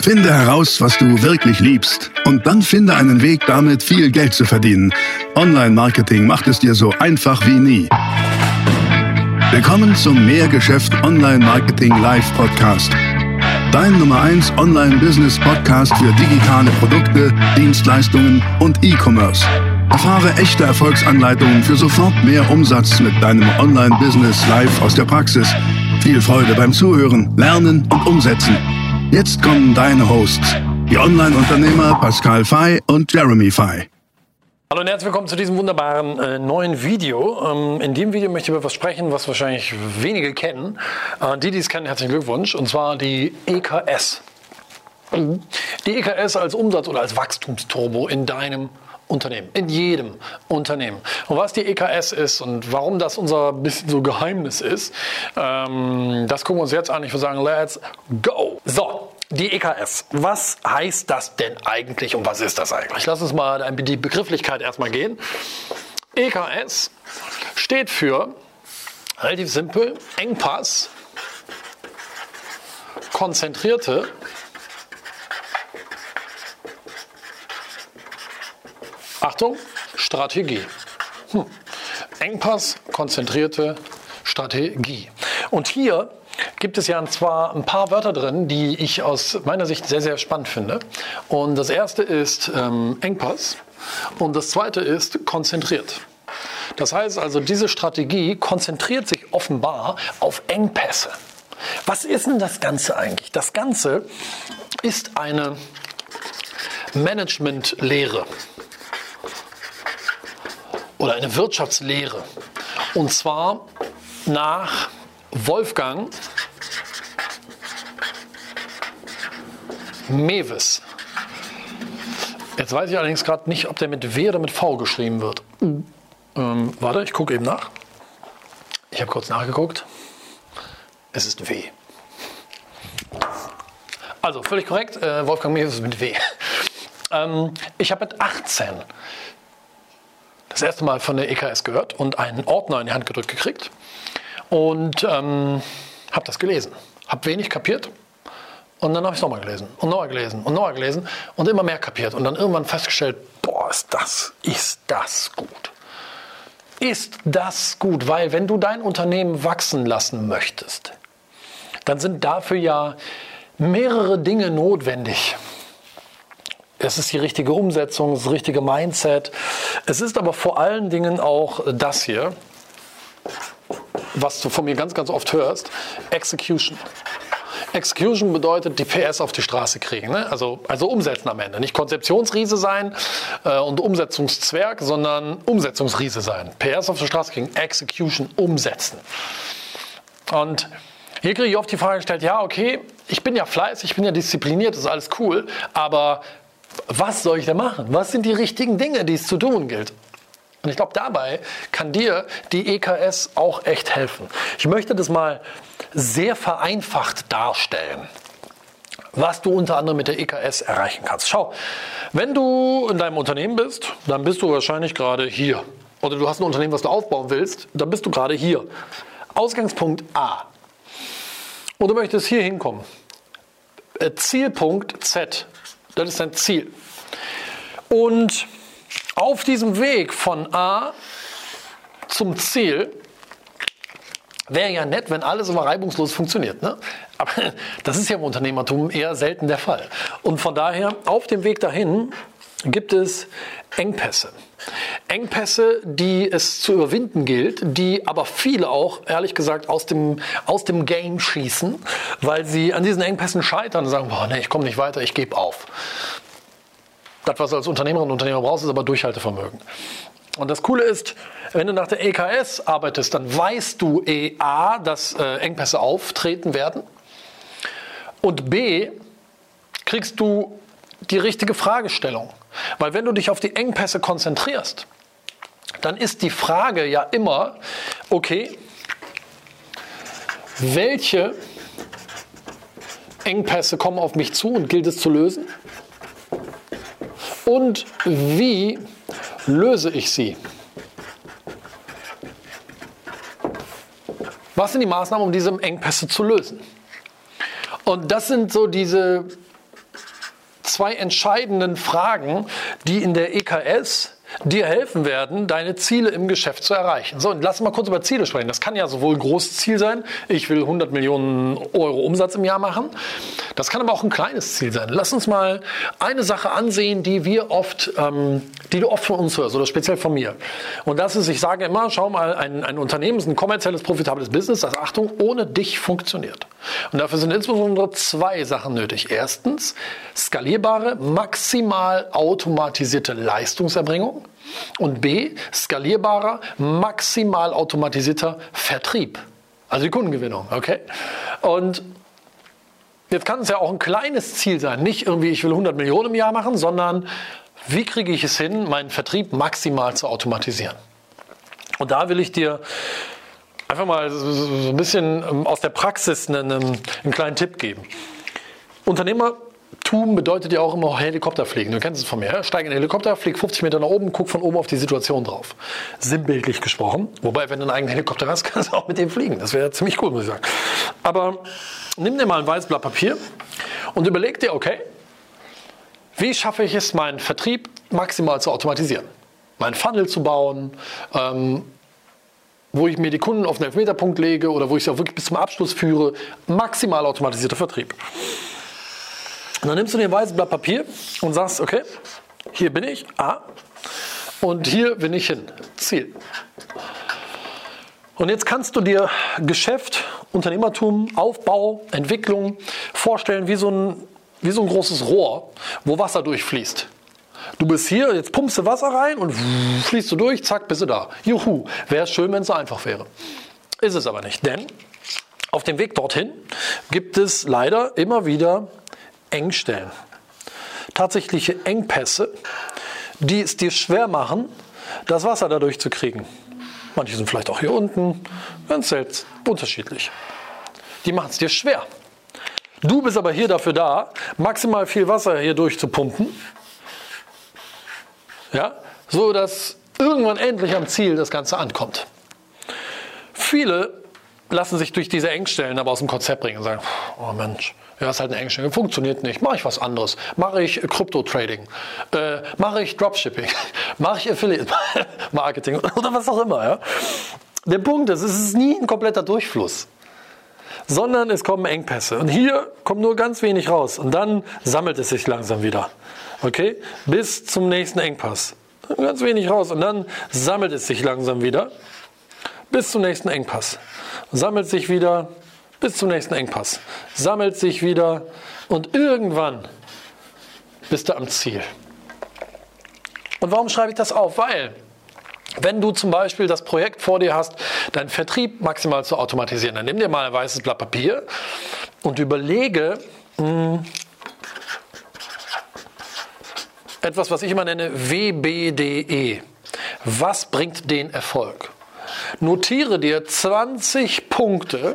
Finde heraus, was du wirklich liebst und dann finde einen Weg, damit viel Geld zu verdienen. Online-Marketing macht es dir so einfach wie nie. Willkommen zum Mehrgeschäft Online-Marketing Live Podcast. Dein Nummer 1 Online-Business-Podcast für digitale Produkte, Dienstleistungen und E-Commerce. Erfahre echte Erfolgsanleitungen für sofort mehr Umsatz mit deinem Online-Business live aus der Praxis. Viel Freude beim Zuhören, Lernen und Umsetzen. Jetzt kommen deine Hosts, die Online-Unternehmer Pascal Fay und Jeremy Fay. Hallo und herzlich willkommen zu diesem wunderbaren neuen Video. In dem Video möchte ich über etwas sprechen, was wahrscheinlich wenige kennen. Die es kennen, herzlichen Glückwunsch. Und zwar die EKS. Die EKS als Umsatz- oder als Wachstumsturbo in deinem Unternehmen, in jedem Unternehmen. Und was die EKS ist und warum das unser bisschen so Geheimnis ist, das gucken wir uns jetzt an. Ich würde sagen, let's go. So, die EKS. Was heißt das denn eigentlich und was ist das eigentlich? Lass uns mal die Begrifflichkeit erstmal gehen. EKS steht für, relativ simpel, Engpass, konzentrierte, Achtung, Strategie. Engpass, konzentrierte Strategie. Und hier gibt es ja zwar ein paar Wörter drin, die ich aus meiner Sicht sehr, sehr spannend finde. Und das erste ist Engpass und das zweite ist konzentriert. Das heißt also, diese Strategie konzentriert sich offenbar auf Engpässe. Was ist denn das Ganze eigentlich? Das Ganze ist eine Managementlehre. Oder eine Wirtschaftslehre. Und zwar nach Wolfgang Mewes. Jetzt weiß ich allerdings gerade nicht, ob der mit W oder mit V geschrieben wird. Warte, ich gucke eben nach. Ich habe kurz nachgeguckt. Es ist W. Also völlig korrekt, Wolfgang Mewes ist mit W. Ich habe mit 18 das erste Mal von der EKS gehört und einen Ordner in die Hand gedrückt gekriegt und habe das gelesen. Habe wenig kapiert und dann habe ich es nochmal gelesen und nochmal gelesen und nochmal gelesen und immer mehr kapiert und dann irgendwann festgestellt, boah, ist das gut. Ist das gut, weil wenn du dein Unternehmen wachsen lassen möchtest, dann sind dafür ja mehrere Dinge notwendig. Es ist die richtige Umsetzung, das richtige Mindset. Es ist aber vor allen Dingen auch das hier, was du von mir ganz, ganz oft hörst, Execution. Execution bedeutet, die PS auf die Straße kriegen, ne? Also umsetzen am Ende. Nicht Konzeptionsriese sein und Umsetzungszwerg, sondern Umsetzungsriese sein. PS auf die Straße kriegen, Execution, umsetzen. Und hier kriege ich oft die Frage gestellt, ja okay, ich bin ja fleißig, ich bin ja diszipliniert, das ist alles cool, aber was soll ich denn machen? Was sind die richtigen Dinge, die es zu tun gilt? Und ich glaube, dabei kann dir die EKS auch echt helfen. Ich möchte das mal sehr vereinfacht darstellen, was du unter anderem mit der EKS erreichen kannst. Schau, wenn du in deinem Unternehmen bist, dann bist du wahrscheinlich gerade hier. Oder du hast ein Unternehmen, was du aufbauen willst, dann bist du gerade hier. Ausgangspunkt A. Und du möchtest hier hinkommen. Zielpunkt Z. Das ist dein Ziel. Und auf diesem Weg von A zum Ziel wäre ja nett, wenn alles immer reibungslos funktioniert, ne? Aber das ist ja im Unternehmertum eher selten der Fall. Und von daher, auf dem Weg dahin gibt es Engpässe. Engpässe, die es zu überwinden gilt, die aber viele auch, ehrlich gesagt, aus dem Game schießen, weil sie an diesen Engpässen scheitern und sagen, boah, nee, ich komme nicht weiter, ich gebe auf. Das, was du als Unternehmerin und Unternehmer brauchst, ist aber Durchhaltevermögen. Und das Coole ist, wenn du nach der EKS arbeitest, dann weißt du A, dass Engpässe auftreten werden und B, kriegst du die richtige Fragestellung. Weil wenn du dich auf die Engpässe konzentrierst, dann ist die Frage ja immer, okay, welche Engpässe kommen auf mich zu und gilt es zu lösen? Und wie löse ich sie? Was sind die Maßnahmen, um diese Engpässe zu lösen? Und das sind so diese 2 entscheidenden Fragen, die in der EKS dir helfen werden, deine Ziele im Geschäft zu erreichen. So, und lass uns mal kurz über Ziele sprechen. Das kann ja sowohl ein großes Ziel sein, ich will 100 Millionen Euro Umsatz im Jahr machen. Das kann aber auch ein kleines Ziel sein. Lass uns mal eine Sache ansehen, die du oft von uns hörst oder speziell von mir. Und das ist, ich sage immer, schau mal, ein Unternehmen ist ein kommerzielles, profitables Business, das, Achtung, ohne dich funktioniert. Und dafür sind insbesondere 2 Sachen nötig. Erstens, skalierbare, maximal automatisierte Leistungserbringung. Und B, skalierbarer, maximal automatisierter Vertrieb. Also die Kundengewinnung, okay? Und jetzt kann es ja auch ein kleines Ziel sein. Nicht irgendwie, ich will 100 Millionen im Jahr machen, sondern wie kriege ich es hin, meinen Vertrieb maximal zu automatisieren? Und da will ich dir einfach mal so ein bisschen aus der Praxis einen kleinen Tipp geben. Unternehmertum bedeutet ja auch immer Helikopterfliegen. Du kennst es von mir. Steig in den Helikopter, flieg 50 Meter nach oben, guck von oben auf die Situation drauf. Sinnbildlich gesprochen. Wobei, wenn du einen eigenen Helikopter hast, kannst du auch mit dem fliegen. Das wäre ziemlich cool, muss ich sagen. Aber nimm dir mal ein weißes Blatt Papier und überleg dir, okay, wie schaffe ich es, meinen Vertrieb maximal zu automatisieren? Meinen Funnel zu bauen, wo ich mir die Kunden auf den Elfmeterpunkt lege oder wo ich sie auch wirklich bis zum Abschluss führe. Maximal automatisierter Vertrieb. Und dann nimmst du dir ein weißes Blatt Papier und sagst, okay, hier bin ich, A, und hier bin ich hin, Ziel. Und jetzt kannst du dir Geschäft, Unternehmertum, Aufbau, Entwicklung vorstellen wie so ein großes Rohr, wo Wasser durchfließt. Du bist hier, jetzt pumpst du Wasser rein und fließt du durch, zack, bist du da. Juhu, wäre schön, wenn es so einfach wäre. Ist es aber nicht, denn auf dem Weg dorthin gibt es leider immer wieder Engstellen. Tatsächliche Engpässe, die es dir schwer machen, das Wasser dadurch zu kriegen. Manche sind vielleicht auch hier unten, ganz selten, unterschiedlich. Die machen es dir schwer. Du bist aber hier dafür da, maximal viel Wasser hier durchzupumpen, ja, so dass irgendwann endlich am Ziel das Ganze ankommt. Viele lassen sich durch diese Engstellen aber aus dem Konzept bringen und sagen, oh Mensch, ja, ist halt eine Engstelle, funktioniert nicht, mache ich was anderes, mache ich Krypto-Trading, mache ich Dropshipping, mache ich Affiliate-Marketing oder was auch immer. Ja? Der Punkt ist, es ist nie ein kompletter Durchfluss, sondern es kommen Engpässe und hier kommt nur ganz wenig raus und dann sammelt es sich langsam wieder. Okay, bis zum nächsten Engpass. Ganz wenig raus und dann sammelt es sich langsam wieder bis zum nächsten Engpass. Sammelt sich wieder bis zum nächsten Engpass. Sammelt sich wieder und irgendwann bist du am Ziel. Und warum schreibe ich das auf? Weil, wenn du zum Beispiel das Projekt vor dir hast, deinen Vertrieb maximal zu automatisieren, dann nimm dir mal ein weißes Blatt Papier und überlege, etwas, was ich immer nenne, WBDE. Was bringt den Erfolg? Notiere dir 20 Punkte,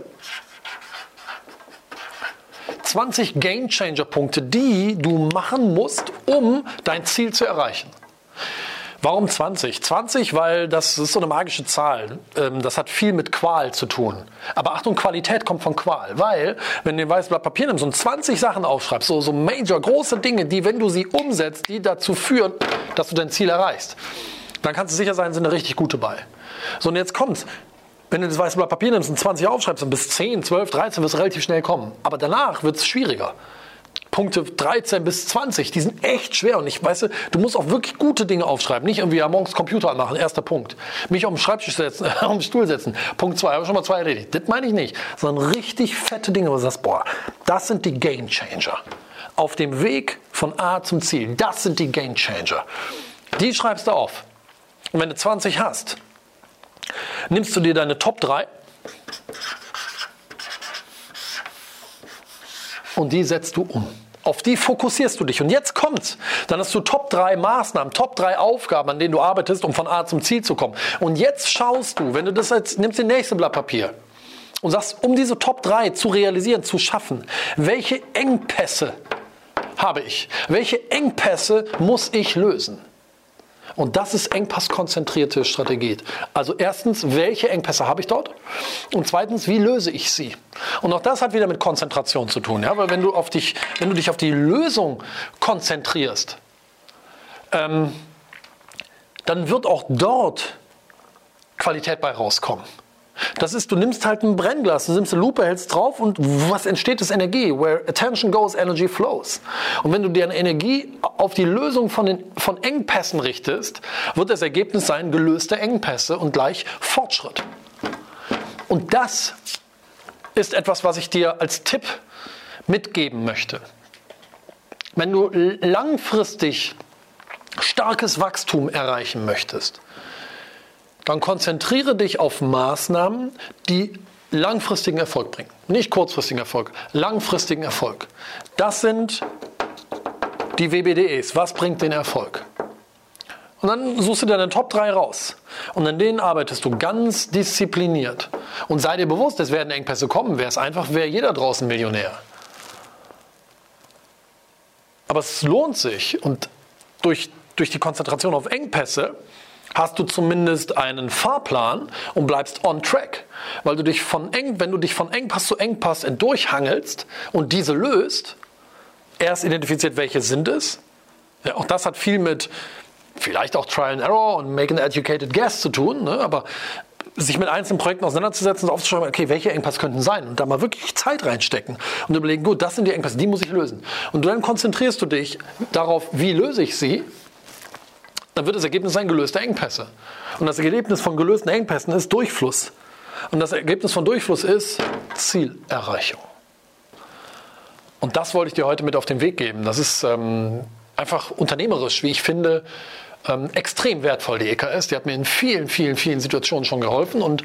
20 Game-Changer-Punkte, die du machen musst, um dein Ziel zu erreichen. Warum 20? 20, weil das ist so eine magische Zahl. Das hat viel mit Qual zu tun. Aber Achtung, Qualität kommt von Qual. Weil, wenn du ein weißes Blatt Papier nimmst und 20 Sachen aufschreibst, so major, große Dinge, die, wenn du sie umsetzt, die dazu führen, dass du dein Ziel erreichst, dann kannst du sicher sein, sind eine richtig gute bei. So, und jetzt kommt's. Wenn du das weiße Blatt Papier nimmst und 20 aufschreibst und bis 10, 12, 13 wirst du relativ schnell kommen. Aber danach wird es schwieriger. Punkte 13 bis 20, die sind echt schwer. Und ich weiß, du musst auch wirklich gute Dinge aufschreiben. Nicht irgendwie morgens Computer anmachen, erster Punkt. Mich auf den Schreibtisch setzen, auf den Stuhl setzen. Punkt 2, habe schon mal 2 erledigt. Das meine ich nicht. Sondern richtig fette Dinge, wo du sagst, boah, das sind die Game Changer. Auf dem Weg von A zum Ziel, das sind die Game Changer. Die schreibst du auf. Und wenn du 20 hast, nimmst du dir deine Top 3 und die setzt du um. Auf die fokussierst du dich. Und jetzt kommt's. Dann hast du Top 3 Maßnahmen, Top 3 Aufgaben, an denen du arbeitest, um von A zum Ziel zu kommen. Und jetzt schaust du, wenn du das jetzt nimmst, den nächsten Blatt Papier und sagst, um diese Top 3 zu realisieren, zu schaffen, welche Engpässe habe ich? Welche Engpässe muss ich lösen? Und das ist engpasskonzentrierte Strategie. Also erstens, welche Engpässe habe ich dort? Und zweitens, wie löse ich sie? Und auch das hat wieder mit Konzentration zu tun. Ja? Weil wenn du dich auf die Lösung konzentrierst, dann wird auch dort Qualität bei rauskommen. Das ist, du nimmst halt ein Brennglas, du nimmst eine Lupe, hältst drauf und was entsteht, ist Energie. Where attention goes, energy flows. Und wenn du deine Energie auf die Lösung von Engpässen richtest, wird das Ergebnis sein, gelöste Engpässe und gleich Fortschritt. Und das ist etwas, was ich dir als Tipp mitgeben möchte. Wenn du langfristig starkes Wachstum erreichen möchtest, dann konzentriere dich auf Maßnahmen, die langfristigen Erfolg bringen. Nicht kurzfristigen Erfolg, langfristigen Erfolg. Das sind die WBDEs. Was bringt den Erfolg? Und dann suchst du dir deine Top 3 raus. Und an denen arbeitest du ganz diszipliniert. Und sei dir bewusst, es werden Engpässe kommen. Wäre es einfach, wäre jeder draußen Millionär. Aber es lohnt sich. Und durch die Konzentration auf Engpässe hast du zumindest einen Fahrplan und bleibst on track. Weil du dich wenn du dich von Engpass zu Engpass durchhangelst und diese löst, erst identifiziert, welche sind es. Ja, auch das hat viel mit vielleicht auch Trial and Error und Make an Educated Guess zu tun, ne? Aber sich mit einzelnen Projekten auseinanderzusetzen und aufzuschreiben, okay, welche Engpässe könnten sein und da mal wirklich Zeit reinstecken und überlegen, gut, das sind die Engpässe, die muss ich lösen. Und dann konzentrierst du dich darauf, wie löse ich sie, dann wird das Ergebnis sein, gelöste Engpässe. Und das Ergebnis von gelösten Engpässen ist Durchfluss. Und das Ergebnis von Durchfluss ist Zielerreichung. Und das wollte ich dir heute mit auf den Weg geben. Das ist einfach unternehmerisch, wie ich finde, extrem wertvoll, die EKS. Die hat mir in vielen, vielen, vielen Situationen schon geholfen. Und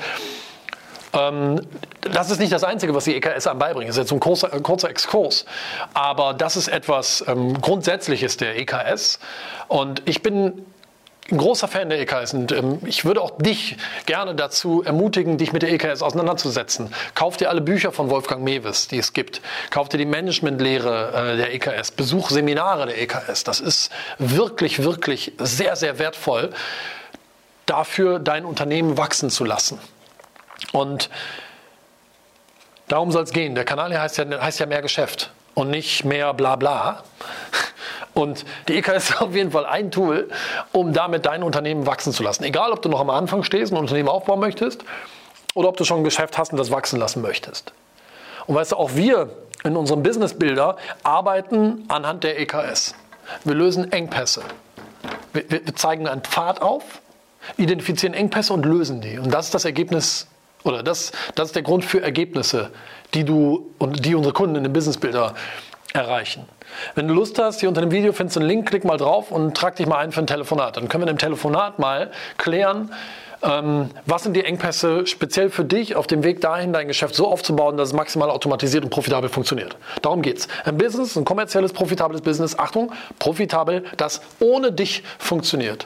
das ist nicht das Einzige, was die EKS einem beibringt. Das ist jetzt ein kurzer Exkurs. Aber das ist etwas Grundsätzliches der EKS. Und ich bin ein großer Fan der EKS und ich würde auch dich gerne dazu ermutigen, dich mit der EKS auseinanderzusetzen. Kauf dir alle Bücher von Wolfgang Mewes, die es gibt. Kauf dir die Managementlehre der EKS. Besuch Seminare der EKS. Das ist wirklich, wirklich sehr, sehr wertvoll, dafür dein Unternehmen wachsen zu lassen. Und darum soll es gehen. Der Kanal hier heißt ja mehr Geschäft und nicht mehr Blabla. Und die EKS ist auf jeden Fall ein Tool, um damit dein Unternehmen wachsen zu lassen. Egal, ob du noch am Anfang stehst und ein Unternehmen aufbauen möchtest oder ob du schon ein Geschäft hast und das wachsen lassen möchtest. Und weißt du, auch wir in unserem Business Builder arbeiten anhand der EKS. Wir lösen Engpässe. Wir zeigen einen Pfad auf, identifizieren Engpässe und lösen die. Und das ist das Ergebnis, oder das ist der Grund für Ergebnisse, die unsere Kunden in dem Business Builder erreichen. Wenn du Lust hast, hier unter dem Video findest du einen Link, klick mal drauf und trag dich mal ein für ein Telefonat. Dann können wir in dem Telefonat mal klären, was sind die Engpässe speziell für dich auf dem Weg dahin, dein Geschäft so aufzubauen, dass es maximal automatisiert und profitabel funktioniert. Darum geht's. Ein Business, ein kommerzielles, profitables Business, Achtung, profitabel, das ohne dich funktioniert.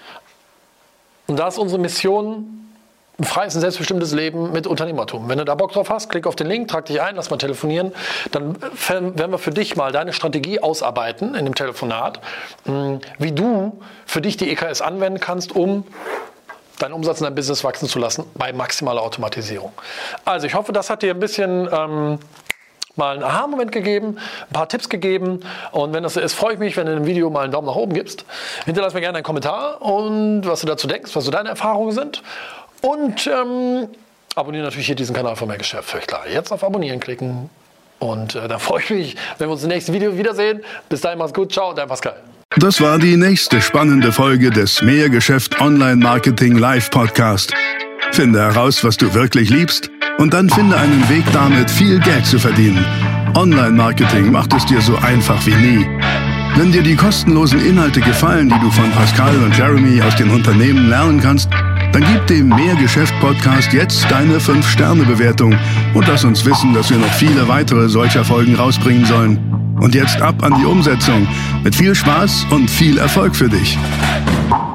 Und da ist unsere Mission, ein freies und selbstbestimmtes Leben mit Unternehmertum. Wenn du da Bock drauf hast, klick auf den Link, trag dich ein, lass mal telefonieren. Dann werden wir für dich mal deine Strategie ausarbeiten in dem Telefonat, wie du für dich die EKS anwenden kannst, um deinen Umsatz in deinem Business wachsen zu lassen bei maximaler Automatisierung. Also ich hoffe, das hat dir ein bisschen mal einen Aha-Moment gegeben, ein paar Tipps gegeben. Und wenn das so ist, freue ich mich, wenn du dem Video mal einen Daumen nach oben gibst. Hinterlass mir gerne einen Kommentar und was du dazu denkst, was so deine Erfahrungen sind. Und abonniere natürlich hier diesen Kanal von Mehr Geschäft, völlig klar. Jetzt auf Abonnieren klicken und dann freue ich mich, wenn wir uns im nächsten Video wiedersehen. Bis dahin, mach's gut, ciao, dein Pascal. Das war die nächste spannende Folge des Mehr Geschäft Online Marketing Live Podcast. Finde heraus, was du wirklich liebst und dann finde einen Weg damit, viel Geld zu verdienen. Online Marketing macht es dir so einfach wie nie. Wenn dir die kostenlosen Inhalte gefallen, die du von Pascal und Jeremy aus den Unternehmen lernen kannst, dann gib dem Mehrgeschäft-Podcast jetzt deine 5-Sterne-Bewertung und lass uns wissen, dass wir noch viele weitere solcher Folgen rausbringen sollen. Und jetzt ab an die Umsetzung. Mit viel Spaß und viel Erfolg für dich.